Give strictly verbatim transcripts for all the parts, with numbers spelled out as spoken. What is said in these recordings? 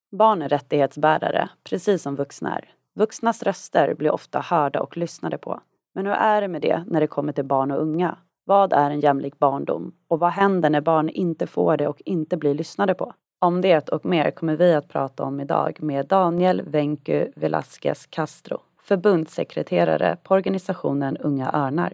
Barn är rättighetsbärare, precis som vuxna är. Vuxnas röster blir ofta hörda och lyssnade på. Men hur är det med det när det kommer till barn och unga? Vad är en jämlik barndom? Och vad händer när barn inte får det och inte blir lyssnade på? Om det och mer kommer vi att prata om idag med Daniel Vencu Velasquez Castro, förbundssekreterare på organisationen Unga Örnar.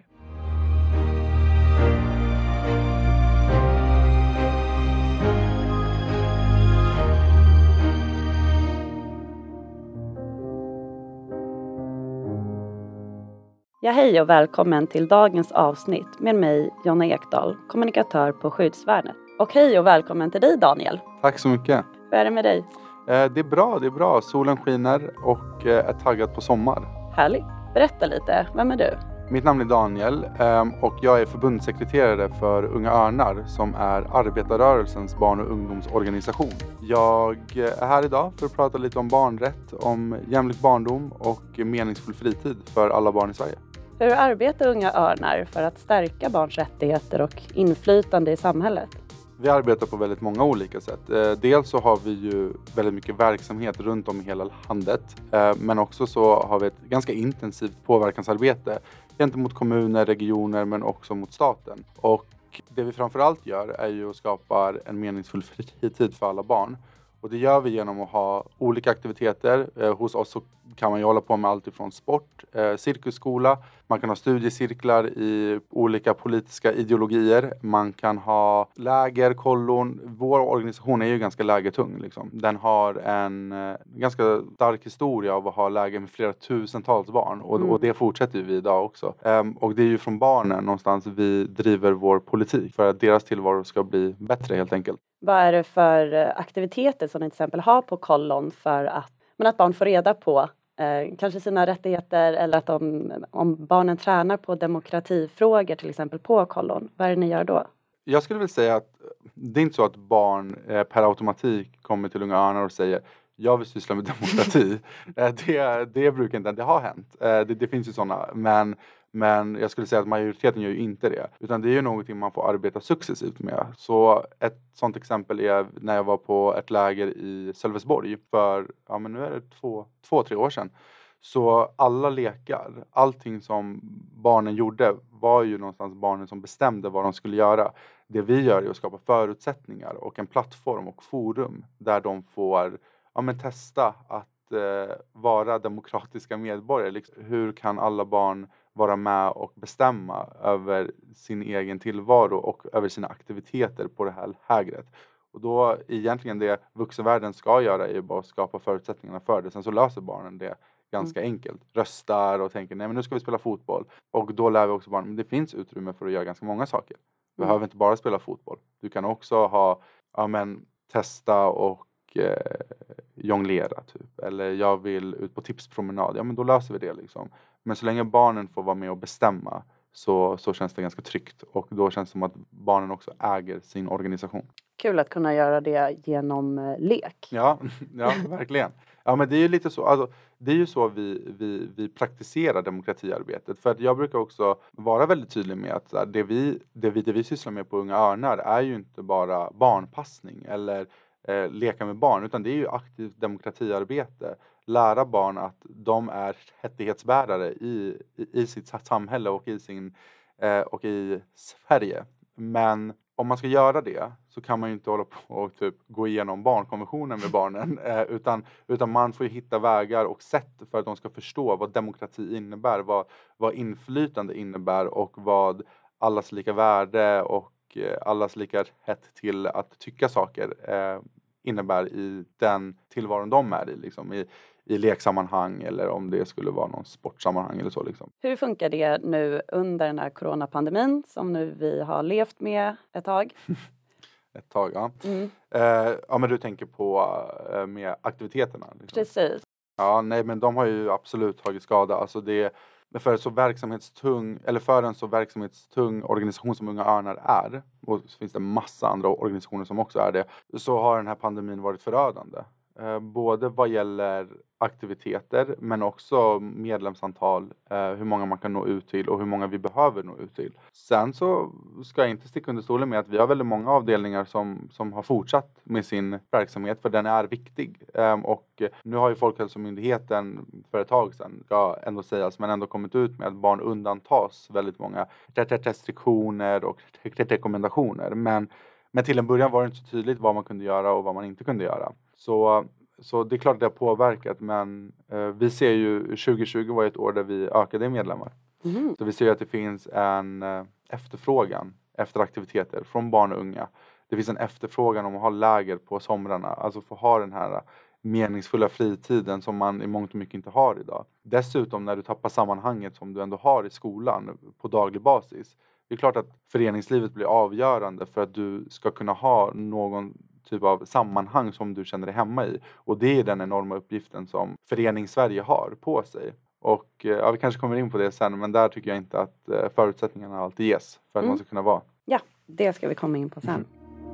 Ja, hej och välkommen till dagens avsnitt med mig, Jonna Ekdahl, kommunikatör på Skyddsvärnet. Och hej och välkommen till dig, Daniel. Tack så mycket. Hur är det med dig? Eh, det är bra, det är bra. Solen skiner och eh, är taggad på sommar. Härligt. Berätta lite, vem är du? Mitt namn är Daniel eh, och jag är förbundssekreterare för Unga Örnar som är arbetarrörelsens barn- och ungdomsorganisation. Jag är här idag för att prata lite om barnrätt, om jämlik barndom och meningsfull fritid för alla barn i Sverige. Hur arbetar Unga Örnar för att stärka barns rättigheter och inflytande i samhället? Vi arbetar på väldigt många olika sätt. Dels så har vi ju väldigt mycket verksamhet runt om i hela landet. Men också så har vi ett ganska intensivt påverkansarbete gentemot kommuner, regioner men också mot staten. Och det vi framförallt gör är ju att skapa en meningsfull fritid för alla barn. Och det gör vi genom att ha olika aktiviteter. Eh, hos oss så kan man ju hålla på med allt ifrån sport, eh, cirkusskola. Man kan ha studiecirklar i olika politiska ideologier. Man kan ha läger, kollon. Vår organisation är ju ganska lägertung. Liksom. Den har en eh, ganska stark historia av att ha läger med flera tusentals barn. Och, mm. och det fortsätter vi idag också. Eh, och det är ju från barnen någonstans vi driver vår politik. För att deras tillvaro ska bli bättre helt enkelt. Vad är det för aktiviteter som ni till exempel har på kollon för att, men att barn får reda på eh, kanske sina rättigheter eller att de, om barnen tränar på demokratifrågor till exempel på kollon, vad är det ni gör då? Jag skulle vilja säga att det är inte så att barn eh, per automatik kommer till Unga Örnar och säger jag vill syssla med demokrati. eh, det, det brukar inte, det har hänt. Eh, det, det finns ju sådana, men Men jag skulle säga att majoriteten gör ju inte det. Utan det är ju någonting man får arbeta successivt med. Så ett sånt exempel är när jag var på ett läger i Sölvesborg för, ja men nu är det två, två tre år sedan. Så alla lekar, allting som barnen gjorde var ju någonstans barnen som bestämde vad de skulle göra. Det vi gör är att skapa förutsättningar och en plattform och forum där de får ja, men testa att eh, vara demokratiska medborgare. Liksom, hur kan alla barn vara med och bestämma över sin egen tillvaro och över sina aktiviteter på det här lägret. Och då egentligen det vuxenvärlden ska göra är ju bara att skapa förutsättningarna för det. Sen så löser barnen det ganska mm. enkelt. Röstar och tänker nej men nu ska vi spela fotboll. Och då lär vi också barnen, men det finns utrymme för att göra ganska många saker. Du mm. behöver inte bara spela fotboll. Du kan också ha, ja men testa och eh, jonglera typ. Eller jag vill ut på tipspromenad. Ja men då löser vi det liksom. Men så länge barnen får vara med och bestämma så, så känns det ganska tryggt. Och då känns det som att barnen också äger sin organisation. Kul att kunna göra det genom lek. Ja, ja verkligen. Ja, men det är ju lite så, alltså, det är ju så vi, vi, vi praktiserar demokratiarbetet. För att jag brukar också vara väldigt tydlig med att här, det, vi, det, vi, det vi sysslar med på Unga Örnar är ju inte bara barnpassning eller eh, leka med barn. Utan det är ju aktivt demokratiarbete. Lära barn att de är rättighetsbärare i, i, i sitt samhälle och i, sin, eh, och i Sverige. Men om man ska göra det så kan man ju inte hålla på och typ gå igenom barnkonventionen med barnen. Eh, utan, utan man får ju hitta vägar och sätt för att de ska förstå vad demokrati innebär. Vad, vad inflytande innebär och vad allas lika värde och eh, allas lika rätt till att tycka saker eh, innebär i den tillvaron de är i. Liksom, i i leksammanhang eller om det skulle vara någon sportsammanhang eller så liksom. Hur funkar det nu under den här coronapandemin som nu vi har levt med ett tag? ett tag, ja. Mm. Eh, ja, men du tänker på eh, med aktiviteterna. Liksom. Precis. Ja, nej men de har ju absolut tagit skada. Alltså det för, så verksamhetstung, eller för en så verksamhetstung organisation som Unga Örnar är, och så finns det massa andra organisationer som också är det, så har den här pandemin varit förödande. Eh, både vad gäller aktiviteter men också medlemsantal, eh, hur många man kan nå ut till och hur många vi behöver nå ut till. Sen så ska jag inte sticka under stolen med att vi har väldigt många avdelningar som, som har fortsatt med sin verksamhet, för den är viktig. Eh, och nu har ju Folkhälsomyndigheten för ett tag sedan, ska ändå sägas, men ändå kommit ut med att barn undantas väldigt många restriktioner och rekommendationer. Men Men till en början var det inte så tydligt vad man kunde göra och vad man inte kunde göra. Så, så det är klart att det har påverkat, men eh, vi ser ju tjugo tjugo var ett år där vi ökade i medlemmar. Mm. Så vi ser att det finns en eh, efterfrågan efter aktiviteter från barn och unga. Det finns en efterfrågan om att ha läger på somrarna, alltså få ha den här meningsfulla fritiden som man i mångt och mycket inte har idag. Dessutom när du tappar sammanhanget som du ändå har i skolan på daglig basis. Det är klart att föreningslivet blir avgörande för att du ska kunna ha någon typ av sammanhang som du känner dig hemma i. Och det är den enorma uppgiften som Föreningssverige har på sig. Och ja, vi kanske kommer in på det sen, men där tycker jag inte att förutsättningarna alltid ges för att mm. man ska kunna vara. Ja, det ska vi komma in på sen. Mm.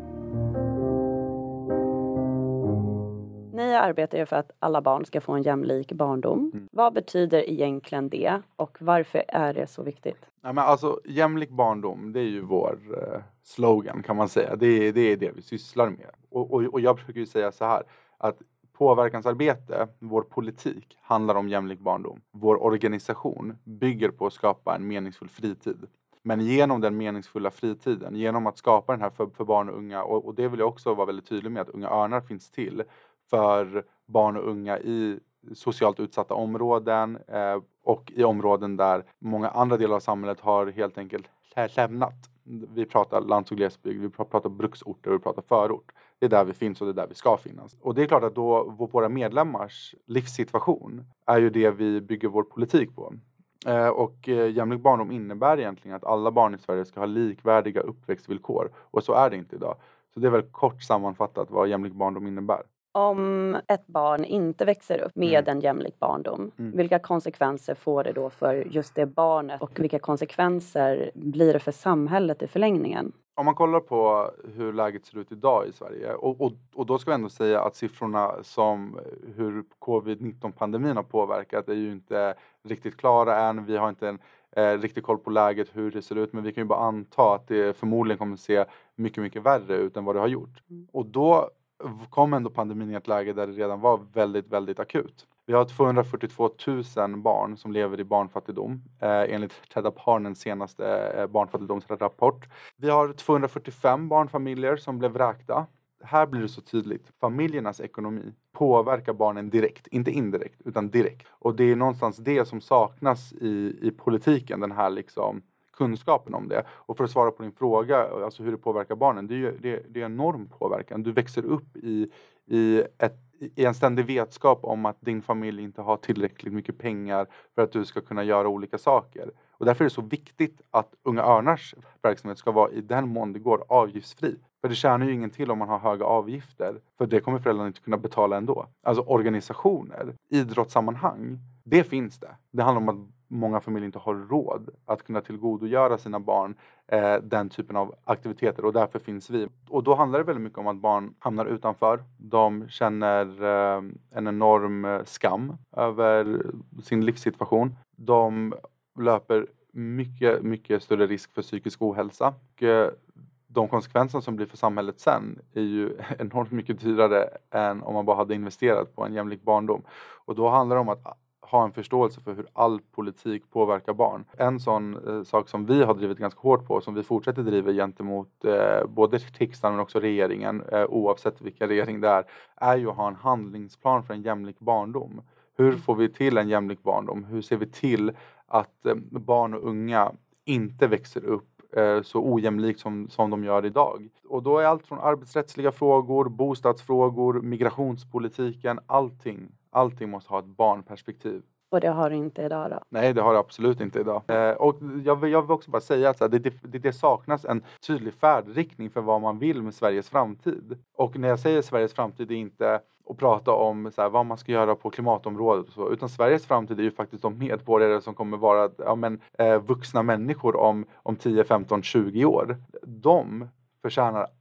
Ni arbetar ju för att alla barn ska få en jämlik barndom. Mm. Vad betyder egentligen det och varför är det så viktigt? Ja, men alltså, jämlik barndom, det är ju vår eh, slogan kan man säga. Det är, det är det vi sysslar med. Och, och, och jag försöker ju säga så här, att påverkansarbete, vår politik, handlar om jämlik barndom. Vår organisation bygger på att skapa en meningsfull fritid. Men genom den meningsfulla fritiden, genom att skapa den här för, för barn och unga, och, och det vill jag också vara väldigt tydlig med att Unga Örnar finns till för barn och unga i socialt utsatta områden eh, och i områden där många andra delar av samhället har helt enkelt lämnat. Vi pratar lands- och glesbygd, vi pratar bruksorter och vi pratar förort. Det är där vi finns och det är där vi ska finnas. Och det är klart att då våra medlemmars livssituation är ju det vi bygger vår politik på. Eh, och eh, jämlik barndom innebär egentligen att alla barn i Sverige ska ha likvärdiga uppväxtvillkor. Och så är det inte idag. Så det är väl kort sammanfattat vad jämlik barndom innebär. Om ett barn inte växer upp med mm. en jämlik barndom, mm. vilka konsekvenser får det då för just det barnet och vilka konsekvenser blir det för samhället i förlängningen? Om man kollar på hur läget ser ut idag i Sverige, och, och, och då ska vi ändå säga att siffrorna som hur covid nitton-pandemin har påverkat är ju inte riktigt klara än. Vi har inte en eh, riktig koll på läget, hur det ser ut, men vi kan ju bara anta att det förmodligen kommer att se mycket, mycket värre ut än vad det har gjort. Mm. Och då kom ändå pandemin i ett läge där det redan var väldigt, väldigt akut. Vi har tvåhundrafyrtiotvå tusen barn som lever i barnfattigdom eh, enligt Rädda Barnens senaste eh, barnfattigdomsrapport. Vi har tvåhundrafyrtiofem barnfamiljer som blev vräkta. Här blir det så tydligt. Familjernas ekonomi påverkar barnen direkt, inte indirekt utan direkt. Och det är någonstans det som saknas i, i politiken, den här liksom kunskapen om det. Och för att svara på din fråga, alltså hur det påverkar barnen, det är ju det, det är enorm påverkan. Du växer upp i, i, ett, i en ständig vetskap om att din familj inte har tillräckligt mycket pengar för att du ska kunna göra olika saker. Och därför är det så viktigt att Unga Örnars verksamhet ska vara, i den mån det går, avgiftsfri. För det tjänar ju ingen till om man har höga avgifter. För det kommer föräldrarna inte kunna betala ändå. Alltså organisationer, idrottssammanhang, det finns det. Det handlar om att många familjer inte har råd att kunna tillgodogöra sina barn eh, den typen av aktiviteter, och därför finns vi. Och då handlar det väldigt mycket om att barn hamnar utanför. De känner eh, en enorm skam över sin livssituation. De löper mycket, mycket större risk för psykisk ohälsa. Och, eh, de konsekvenser som blir för samhället sen är ju enormt mycket dyrare än om man bara hade investerat på en jämlik barndom. Och då handlar det om att ha en förståelse för hur all politik påverkar barn. En sån eh, sak som vi har drivit ganska hårt på, som vi fortsätter driva gentemot eh, både riksdagen men också regeringen, eh, oavsett vilken regering det är, är ju att ha en handlingsplan för en jämlik barndom. Hur får vi till en jämlik barndom? Hur ser vi till att eh, barn och unga inte växer upp eh, så ojämlikt som, som de gör idag? Och då är allt från arbetsrättsliga frågor, bostadsfrågor, migrationspolitiken, allting. Allting måste ha ett barnperspektiv. Och det har du inte idag då? Nej, det har det absolut inte idag. Eh, och jag vill, jag vill också bara säga att så här, det, det, det saknas en tydlig färdriktning för vad man vill med Sveriges framtid. Och när jag säger Sveriges framtid är inte att prata om så här, vad man ska göra på klimatområdet och så. Utan Sveriges framtid är ju faktiskt de medborgare som kommer vara ja, men, eh, vuxna människor om, om tio, femton, tjugo år. De förtjänar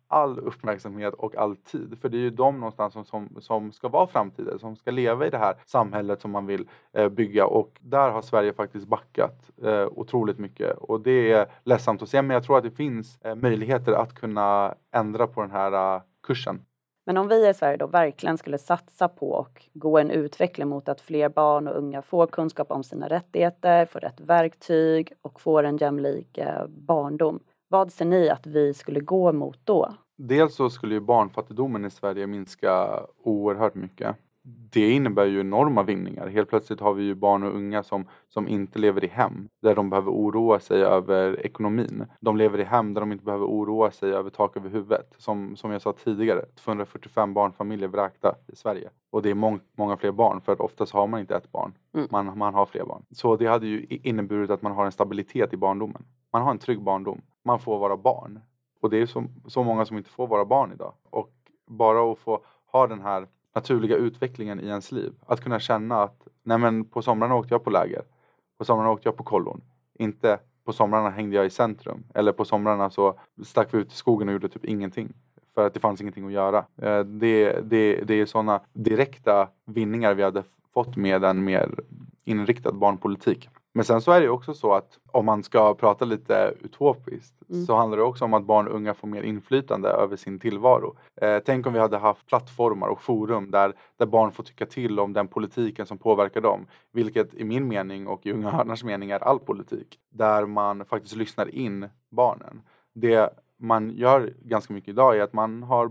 all uppmärksamhet och all tid. För det är ju de någonstans som, som, som ska vara framtiden, som ska leva i det här samhället som man vill eh, bygga. Och där har Sverige faktiskt backat eh, otroligt mycket. Och det är ledsamt att se, men jag tror att det finns eh, möjligheter att kunna ändra på den här eh, kursen. Men om vi i Sverige då verkligen skulle satsa på och gå en utveckling mot att fler barn och unga får kunskap om sina rättigheter, får rätt verktyg och får en jämlik eh, barndom. Vad ser ni att vi skulle gå mot då? Dels så skulle ju barnfattigdomen i Sverige minska oerhört mycket. Det innebär ju enorma vinningar. Helt plötsligt har vi ju barn och unga som, som inte lever i hem där de behöver oroa sig över ekonomin. De lever i hem där de inte behöver oroa sig över tak över huvudet. Som, som jag sa tidigare, tvåhundrafyrtiofem barnfamiljer vräkta i Sverige. Och det är mång, många fler barn, för att oftast har man inte ett barn. Mm. Man, man har fler barn. Så det hade ju inneburit att man har en stabilitet i barndomen. Man har en trygg barndom. Man får vara barn. Och det är så, så många som inte får vara barn idag. Och bara att få ha den här naturliga utvecklingen i ens liv. Att kunna känna att nej men på somrarna åkte jag på läger. På somrarna åkte jag på kollon. Inte på somrarna hängde jag i centrum. Eller på somrarna så stack vi ut i skogen och gjorde typ ingenting. För att det fanns ingenting att göra. Det, det, det är sådana direkta vinningar vi hade fått med en mer inriktad barnpolitik. Men sen så är det också så att om man ska prata lite utopiskt mm. så handlar det också om att barn och unga får mer inflytande över sin tillvaro. Eh, tänk om vi hade haft plattformar och forum där, där barn får tycka till om den politiken som påverkar dem. Vilket i min mening och i Unga Örnars mening är all politik. Där man faktiskt lyssnar in barnen. Det man gör ganska mycket idag är att man har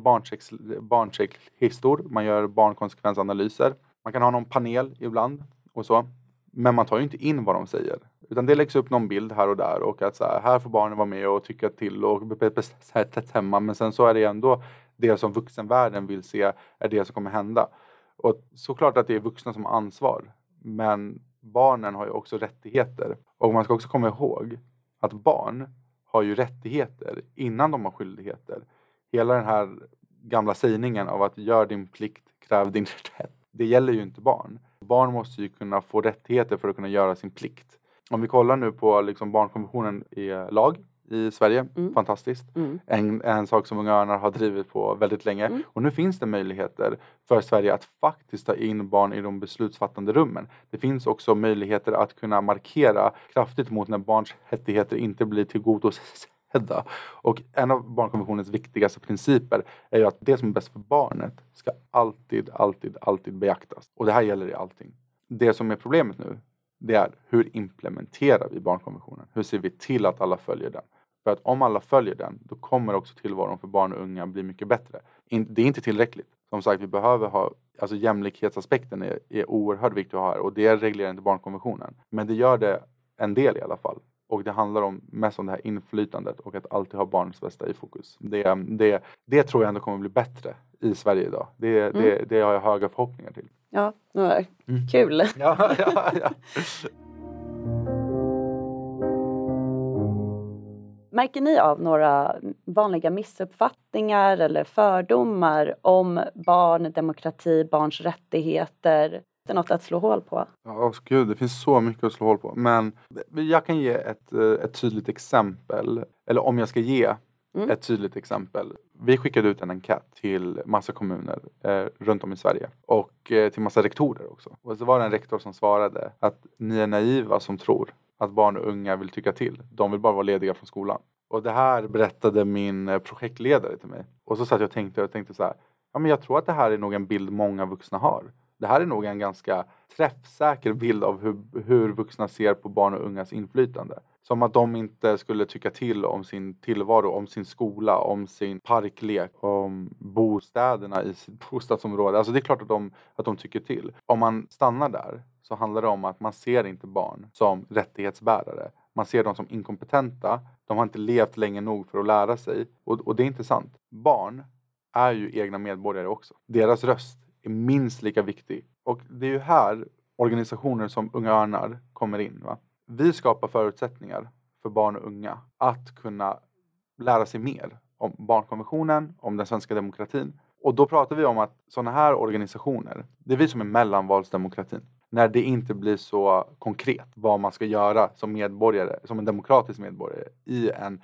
barnchecklistor, man gör barnkonsekvensanalyser. Man kan ha någon panel ibland och så. Men man tar ju inte in vad de säger. Utan det läggs upp någon bild här och där. Och att så här, här får barnen vara med och tycka till och bestämma. Men sen så är det ändå det som vuxenvärlden vill se är det som kommer hända. Och såklart att det är vuxna som har ansvar. Men barnen har ju också rättigheter. Och man ska också komma ihåg att barn har ju rättigheter innan de har skyldigheter. Hela den här gamla sägningen av att gör din plikt, kräv din rätt. Det gäller ju inte barn. Barn måste ju kunna få rättigheter för att kunna göra sin plikt. Om vi kollar nu på liksom barnkonventionen i lag i Sverige, mm. fantastiskt. Mm. En, en sak som Unga Örnar har drivit på väldigt länge. Mm. Och nu finns det möjligheter för Sverige att faktiskt ta in barn i de beslutsfattande rummen. Det finns också möjligheter att kunna markera kraftigt mot när barns rättigheter inte blir tillgodosedda. Och en av barnkonventionens viktigaste principer är ju att det som är bäst för barnet ska alltid, alltid, alltid beaktas. Och det här gäller i allting. Det som är problemet nu, det är hur implementerar vi barnkonventionen? Hur ser vi till att alla följer den? För att om alla följer den, då kommer också tillvaron för barn och unga bli mycket bättre. Det är inte tillräckligt. Som sagt, vi behöver ha, alltså jämlikhetsaspekten är, är oerhört viktig att ha här. Och det reglerar inte barnkonventionen. Men det gör det en del i alla fall. Och det handlar om mest om det här inflytandet och att alltid ha barnens bästa i fokus. Det, det, det tror jag ändå kommer bli bättre i Sverige idag. Det, mm. det, det har jag höga förhoppningar till. Ja, mm. kul. ja, ja, ja. Märker ni av några vanliga missuppfattningar eller fördomar om barn, demokrati, barns rättigheter? Det är något att slå hål på. Ja, gud, det finns så mycket att slå hål på. Men jag kan ge ett, ett tydligt exempel. Eller om jag ska ge mm. ett tydligt exempel. Vi skickade ut en enkät till massa kommuner eh, runt om i Sverige. Och eh, till massa rektorer också. Och så var det en rektor som svarade att ni är naiva som tror att barn och unga vill tycka till. De vill bara vara lediga från skolan. Och det här berättade min projektledare till mig. Och så satt jag och tänkte, och tänkte så här. Ja, men jag tror att det här är nog en bild många vuxna har. Det här är nog en ganska träffsäker bild av hur, hur vuxna ser på barn och ungas inflytande. Som att de inte skulle tycka till om sin tillvaro, om sin skola, om sin parklek, om bostäderna i sitt bostadsområde. Alltså det är klart att de, att de tycker till. Om man stannar där så handlar det om att man ser inte barn som rättighetsbärare. Man ser dem som inkompetenta. De har inte levt länge nog för att lära sig. Och, och det är inte sant. Barn är ju egna medborgare också. Deras röst är minst lika viktig. Och det är ju här organisationer som Unga Örnar kommer in. Va? Vi skapar förutsättningar för barn och unga att kunna lära sig mer om barnkonventionen, om den svenska demokratin. Och då pratar vi om att sådana här organisationer, det är vi som är mellanvalsdemokratin. När det inte blir så konkret vad man ska göra som medborgare, som en demokratisk medborgare i en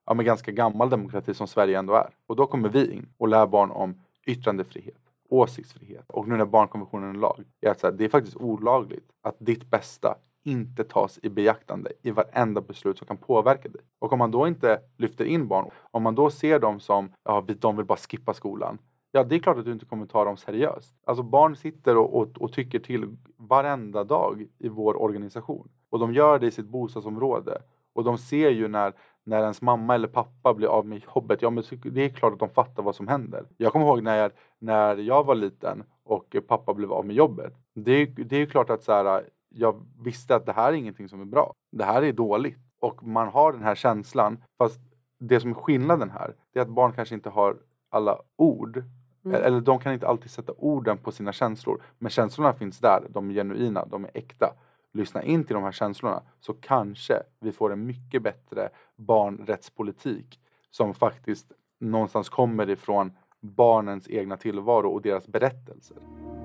ja, men ganska gammal demokrati som Sverige ändå är. Och då kommer vi in och lär barn om yttrandefrihet, åsiktsfrihet. Och nu när barnkonventionen är lag, är att så här, det är faktiskt olagligt att ditt bästa inte tas i beaktande i varenda beslut som kan påverka dig. Och om man då inte lyfter in barn, om man då ser dem som, ja, de vill bara skippa skolan. Ja, det är klart att du inte kommer ta dem seriöst. Alltså barn sitter och, och, och tycker till varenda dag i vår organisation. Och de gör det i sitt bostadsområde. Och de ser ju när, när ens mamma eller pappa blir av med jobbet. Ja, men det är klart att de fattar vad som händer. Jag kommer ihåg när jag, när jag var liten och pappa blev av med jobbet. Det, det är ju klart att så här, jag visste att det här är ingenting som är bra. Det här är dåligt. Och man har den här känslan. Fast det som är skillnaden här, det är att barn kanske inte har alla ord. Mm. Eller de kan inte alltid sätta orden på sina känslor. Men känslorna finns där. De är genuina, de är äkta. Lyssna in till de här känslorna, så kanske vi får en mycket bättre barnrättspolitik som faktiskt någonstans kommer ifrån barnens egna tillvaro och deras berättelser.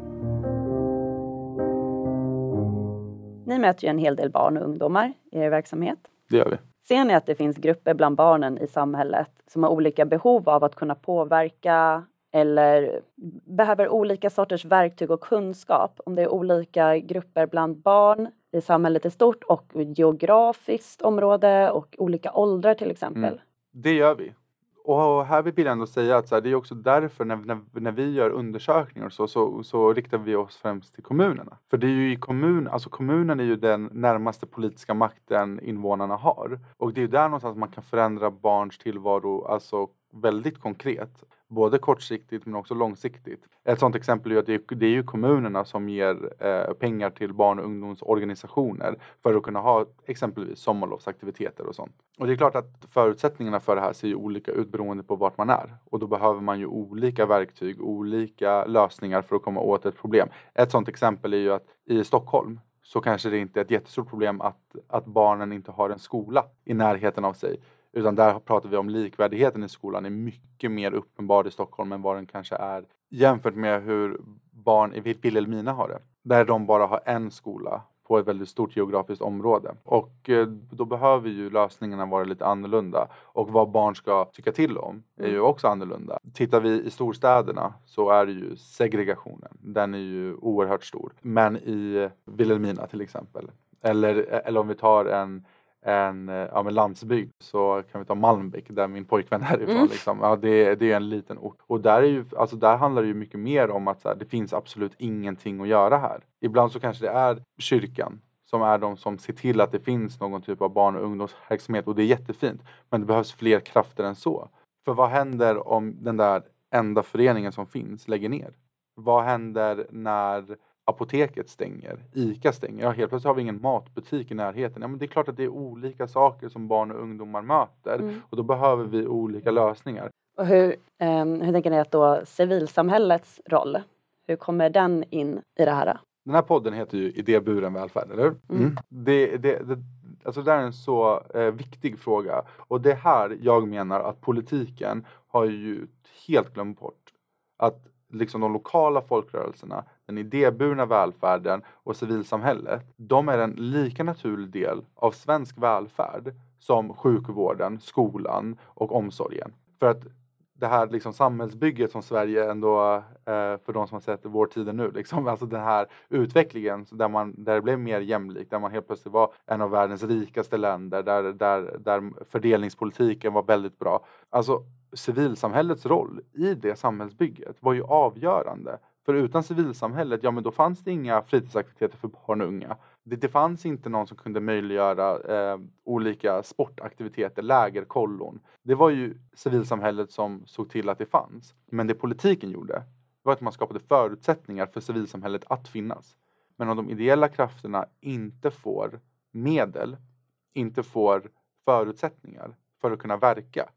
Ni möter ju en hel del barn och ungdomar i er verksamhet. Det gör vi. Ser ni att det finns grupper bland barnen i samhället som har olika behov av att kunna påverka eller behöver olika sorters verktyg och kunskap? Om det är olika grupper bland barn i samhället i stort och geografiskt område och olika åldrar till exempel. Mm. Det gör vi. Och här vill jag ändå säga att så här, det är också därför när, när, när vi gör undersökningar så, så, så riktar vi oss främst till kommunerna. För det är ju i kommun, alltså kommunen är ju den närmaste politiska makten invånarna har. Och det är ju där någonstans man kan förändra barns tillvaro alltså väldigt konkret. Både kortsiktigt men också långsiktigt. Ett sådant exempel är att det är, det är ju kommunerna som ger eh, pengar till barn- och ungdomsorganisationer för att kunna ha exempelvis sommarlovsaktiviteter och sånt. Och det är klart att förutsättningarna för det här ser ju olika ut beroende på vart man är. Och då behöver man ju olika verktyg, olika lösningar för att komma åt ett problem. Ett sådant exempel är ju att i Stockholm så kanske det inte är ett jättestort problem att, att barnen inte har en skola i närheten av sig. Utan där pratar vi om likvärdigheten i skolan är mycket mer uppenbar i Stockholm än vad den kanske är jämfört med hur barn i Vilhelmina har det. Där de bara har en skola på ett väldigt stort geografiskt område. Och eh, då behöver ju lösningarna vara lite annorlunda. Och vad barn ska tycka till om är ju också annorlunda. Tittar vi i storstäderna så är det ju segregationen. Den är ju oerhört stor. Men i Vilhelmina till exempel. Eller, eller om vi tar en... en ja, med landsbygd så kan vi ta Malmbäck där min pojkvän är ifrån. Mm. Liksom. Ja, det, det är en liten ort. Och där, är ju, alltså där handlar det ju mycket mer om att så här, det finns absolut ingenting att göra här. Ibland så kanske det är kyrkan som är de som ser till att det finns någon typ av barn- och ungdomsverksamhet. Och det är jättefint. Men det behövs fler krafter än så. För vad händer om den där enda föreningen som finns lägger ner? Vad händer när apoteket stänger, ICA stänger? Ja, helt plötsligt har vi ingen matbutik i närheten. Ja, men det är klart att det är olika saker som barn och ungdomar möter. Mm. Och då behöver vi olika lösningar. Och hur, eh, hur tänker ni att då civilsamhällets roll, hur kommer den in i det här? Den här podden heter ju Idéburen välfärd, eller hur? Mm. Mm. Det, det, det, alltså det är en så eh, viktig fråga. Och det här jag menar att politiken har ju helt glömt bort. Att liksom de lokala folkrörelserna, den idéburna välfärden och civilsamhället, de är en lika naturlig del av svensk välfärd som sjukvården, skolan och omsorgen. För att det här liksom samhällsbygget som Sverige ändå, eh, för de som har sett vår tid nu, liksom, alltså den här utvecklingen där, man, där det blev mer jämlikt, där man helt plötsligt var en av världens rikaste länder, där, där, där fördelningspolitiken var väldigt bra. Alltså civilsamhällets roll i det samhällsbygget var ju avgörande. För utan civilsamhället, ja men då fanns det inga fritidsaktiviteter för barn och unga. Det, det fanns inte någon som kunde möjliggöra eh, olika sportaktiviteter, lägerkollon. Det var ju civilsamhället som såg till att det fanns. Men det politiken gjorde var att man skapade förutsättningar för civilsamhället att finnas. Men om de ideella krafterna inte får medel, inte får förutsättningar för att kunna verka,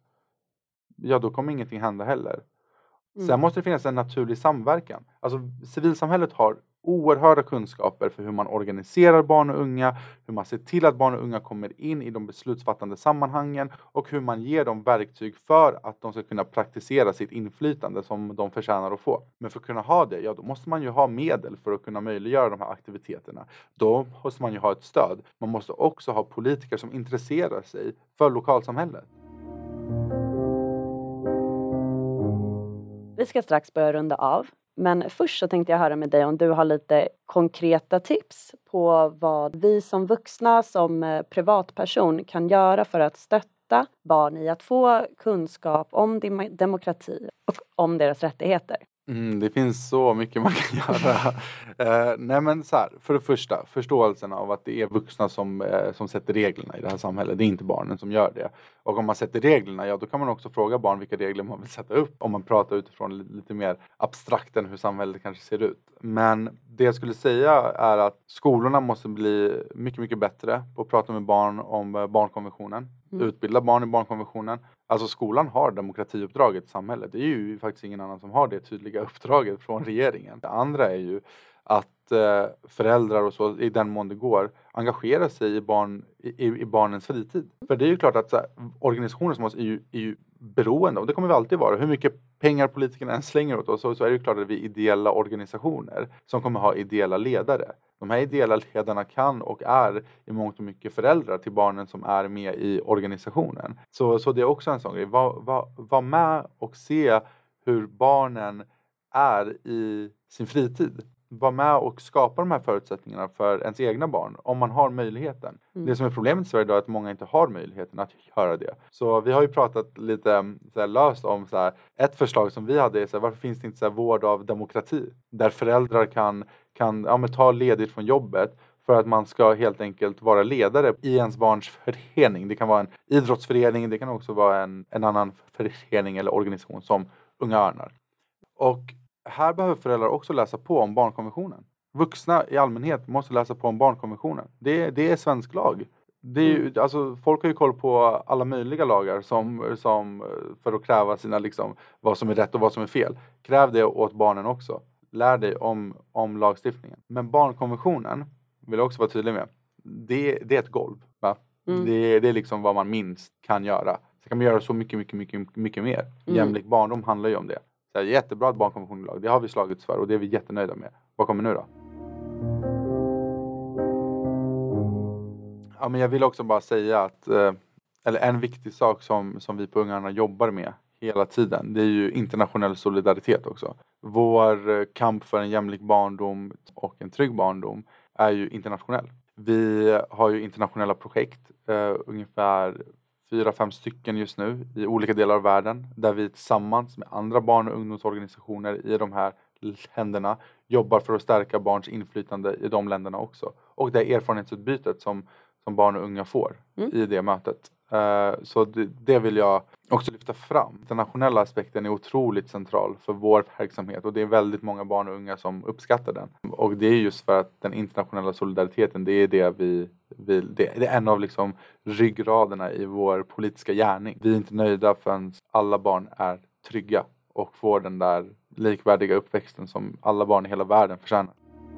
ja då kommer ingenting hända heller. Mm. Sen måste det finnas en naturlig samverkan. Alltså civilsamhället har oerhörda kunskaper för hur man organiserar barn och unga, hur man ser till att barn och unga kommer in i de beslutsfattande sammanhangen och hur man ger dem verktyg för att de ska kunna praktisera sitt inflytande som de förtjänar att få. Men för att kunna ha det, ja då måste man ju ha medel för att kunna möjliggöra de här aktiviteterna. Då måste man ju ha ett stöd. Man måste också ha politiker som intresserar sig för lokalsamhället. Vi ska strax börja runda av. Men först så tänkte jag höra med dig om du har lite konkreta tips på vad vi som vuxna, som privatperson kan göra för att stötta barn i att få kunskap om demokrati och om deras rättigheter. Mm, det finns så mycket man kan göra. eh, nej men så här, för det första, förståelsen av att det är vuxna som, eh, som sätter reglerna i det här samhället. Det är inte barnen som gör det. Och om man sätter reglerna, ja då kan man också fråga barn vilka regler man vill sätta upp. Om man pratar utifrån lite mer abstrakt än hur samhället kanske ser ut. Men det jag skulle säga är att skolorna måste bli mycket, mycket bättre på att prata med barn om barnkonventionen. Mm. Utbilda barn i barnkonventionen. Alltså skolan har demokratiuppdraget i samhället. Det är ju faktiskt ingen annan som har det tydliga uppdraget från regeringen. Det andra är ju att eh, föräldrar och så, i den mån det går, engagera sig i, barn, i, i barnens fritid. För det är ju klart att så här, organisationer som oss är ju, är ju beroende, och det kommer vi alltid vara. Hur mycket pengar politikerna än slänger åt oss, så, så är det ju klart att vi är ideella organisationer som kommer ha ideella ledare. De här ideella ledarna kan och är i mångt och mycket föräldrar till barnen som är med i organisationen. Så, så det är också en sån grej. Var, var, var med och se hur barnen är i sin fritid. Var med och skapa de här förutsättningarna för ens egna barn om man har möjligheten. Mm. Det som är problemet i Sverige idag är att många inte har möjligheten att göra det. Så vi har ju pratat lite så här, löst om så här, ett förslag som vi hade är så här, varför finns det inte så här, vård av demokrati? Där föräldrar kan, kan ja, men, ta ledigt från jobbet för att man ska helt enkelt vara ledare i ens barns förening. Det kan vara en idrottsförening, det kan också vara en, en annan förening eller organisation som Unga Örnar. Och här behöver föräldrar också läsa på om barnkonventionen. Vuxna i allmänhet måste läsa på om barnkonventionen. Det, det är svensk lag. Det är ju, alltså, folk har ju koll på alla möjliga lagar som, som för att kräva sina, liksom, vad som är rätt och vad som är fel. Kräv det åt barnen också. Lär dig om, om lagstiftningen. Men barnkonventionen, vill jag också vara tydlig med, det, det är ett golv. Va? Mm. Det, det är liksom vad man minst kan göra. Så kan man göra så mycket, mycket, mycket, mycket mer. Mm. Jämlik barndom handlar ju om det. Så här, jättebra att barnkonventionen lag. Det har vi slagits för och det är vi jättenöjda med. Vad kommer nu då? Ja, men jag vill också bara säga att eh, eller en viktig sak som, som vi på Ungarna jobbar med hela tiden, det är ju internationell solidaritet också. Vår kamp för en jämlik barndom och en trygg barndom är ju internationell. Vi har ju internationella projekt, eh, ungefär fyra, fem stycken just nu i olika delar av världen, där vi tillsammans med andra barn- och ungdomsorganisationer i de här länderna jobbar för att stärka barns inflytande i de länderna också. Och det erfarenhetsutbytet som, som barn och unga får mm. i det mötet. Uh, så det, det vill jag också lyfta fram. Den nationella aspekten är otroligt central för vår verksamhet och det är väldigt många barn och unga som uppskattar den. Och det är just för att den internationella solidariteten, det är det vi vill. Det, det är en av liksom ryggraderna i vår politiska gärning. Vi är inte nöjda förrän alla barn är trygga och får den där likvärdiga uppväxten som alla barn i hela världen förtjänar.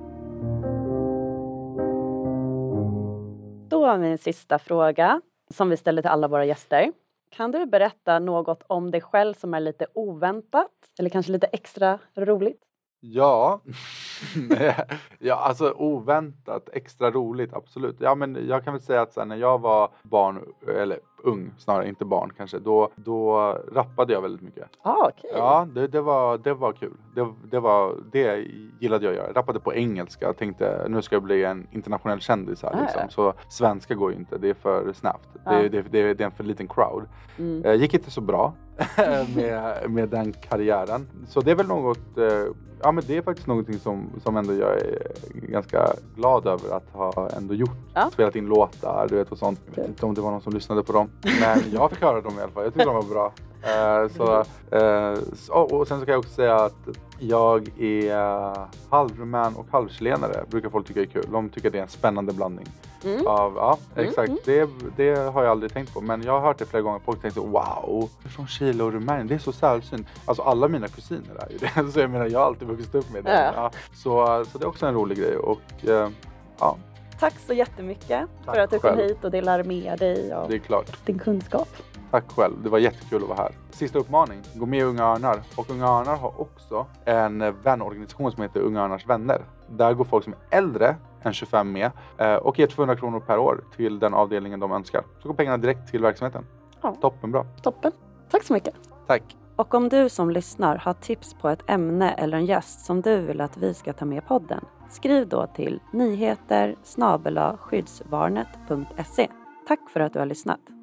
Då har vi en sista fråga som vi ställer till alla våra gäster. Kan du berätta något om dig själv som är lite oväntat eller kanske lite extra roligt? Ja, ja alltså oväntat, extra roligt, absolut. Ja, men jag kan väl säga att så här, när jag var barn, eller ung snarare, inte barn kanske, då, då rappade jag väldigt mycket. Ah, okay. Ja, det, det, var, det var kul. Det, det, var, det gillade jag att göra. Jag rappade på engelska. Jag tänkte, nu ska jag bli en internationell kändis här. Ah, liksom. Ja. Så svenska går ju inte, det är för snabbt. Ah. Det, det, det, det är en för liten crowd. Mm. Eh, gick inte så bra med, med den karriären. Så det är väl något... Eh, ja, men det är faktiskt någonting som, som ändå jag är ganska glad över att ha ändå gjort. Ja. Spelat in låtar, du vet, och sånt. Jag vet inte om det var någon som lyssnade på dem. Men jag fick höra dem i alla fall. Jag tyckte de var bra. Uh, så, uh, så, och sen så kan jag också säga att jag är halvrumän och halvchilenare. Brukar folk tycka är kul. De tycker det är en spännande blandning. Mm. Av, ja, exakt. Mm. Det, det har jag aldrig tänkt på. Men jag har hört det flera gånger. Folk tänkte, wow, från Chile och Rumänien. Det är så sällsynt. Alltså alla mina kusiner är ju det. Så jag menar, jag har alltid vuxit upp med det. Ja. Ja, så, så det är också en rolig grej. Och uh, ja. Tack så jättemycket Tack för att du kom själv. hit och delade med dig av det är klart. din kunskap. Tack själv, det var jättekul att vara här. Sista uppmaning, gå med i Unga Örnar. Och Unga Örnar har också en vänorganisation som heter Unga Örnars vänner. Där går folk som är äldre än tjugofem med och ger tvåhundra kronor per år till den avdelningen de önskar. Så går pengarna direkt till verksamheten. Ja. Toppen bra. Toppen. Tack så mycket. Tack. Och om du som lyssnar har tips på ett ämne eller en gäst som du vill att vi ska ta med i podden, skriv då till nyheter snabel-a skyddsvarnet punkt se. Tack för att du har lyssnat.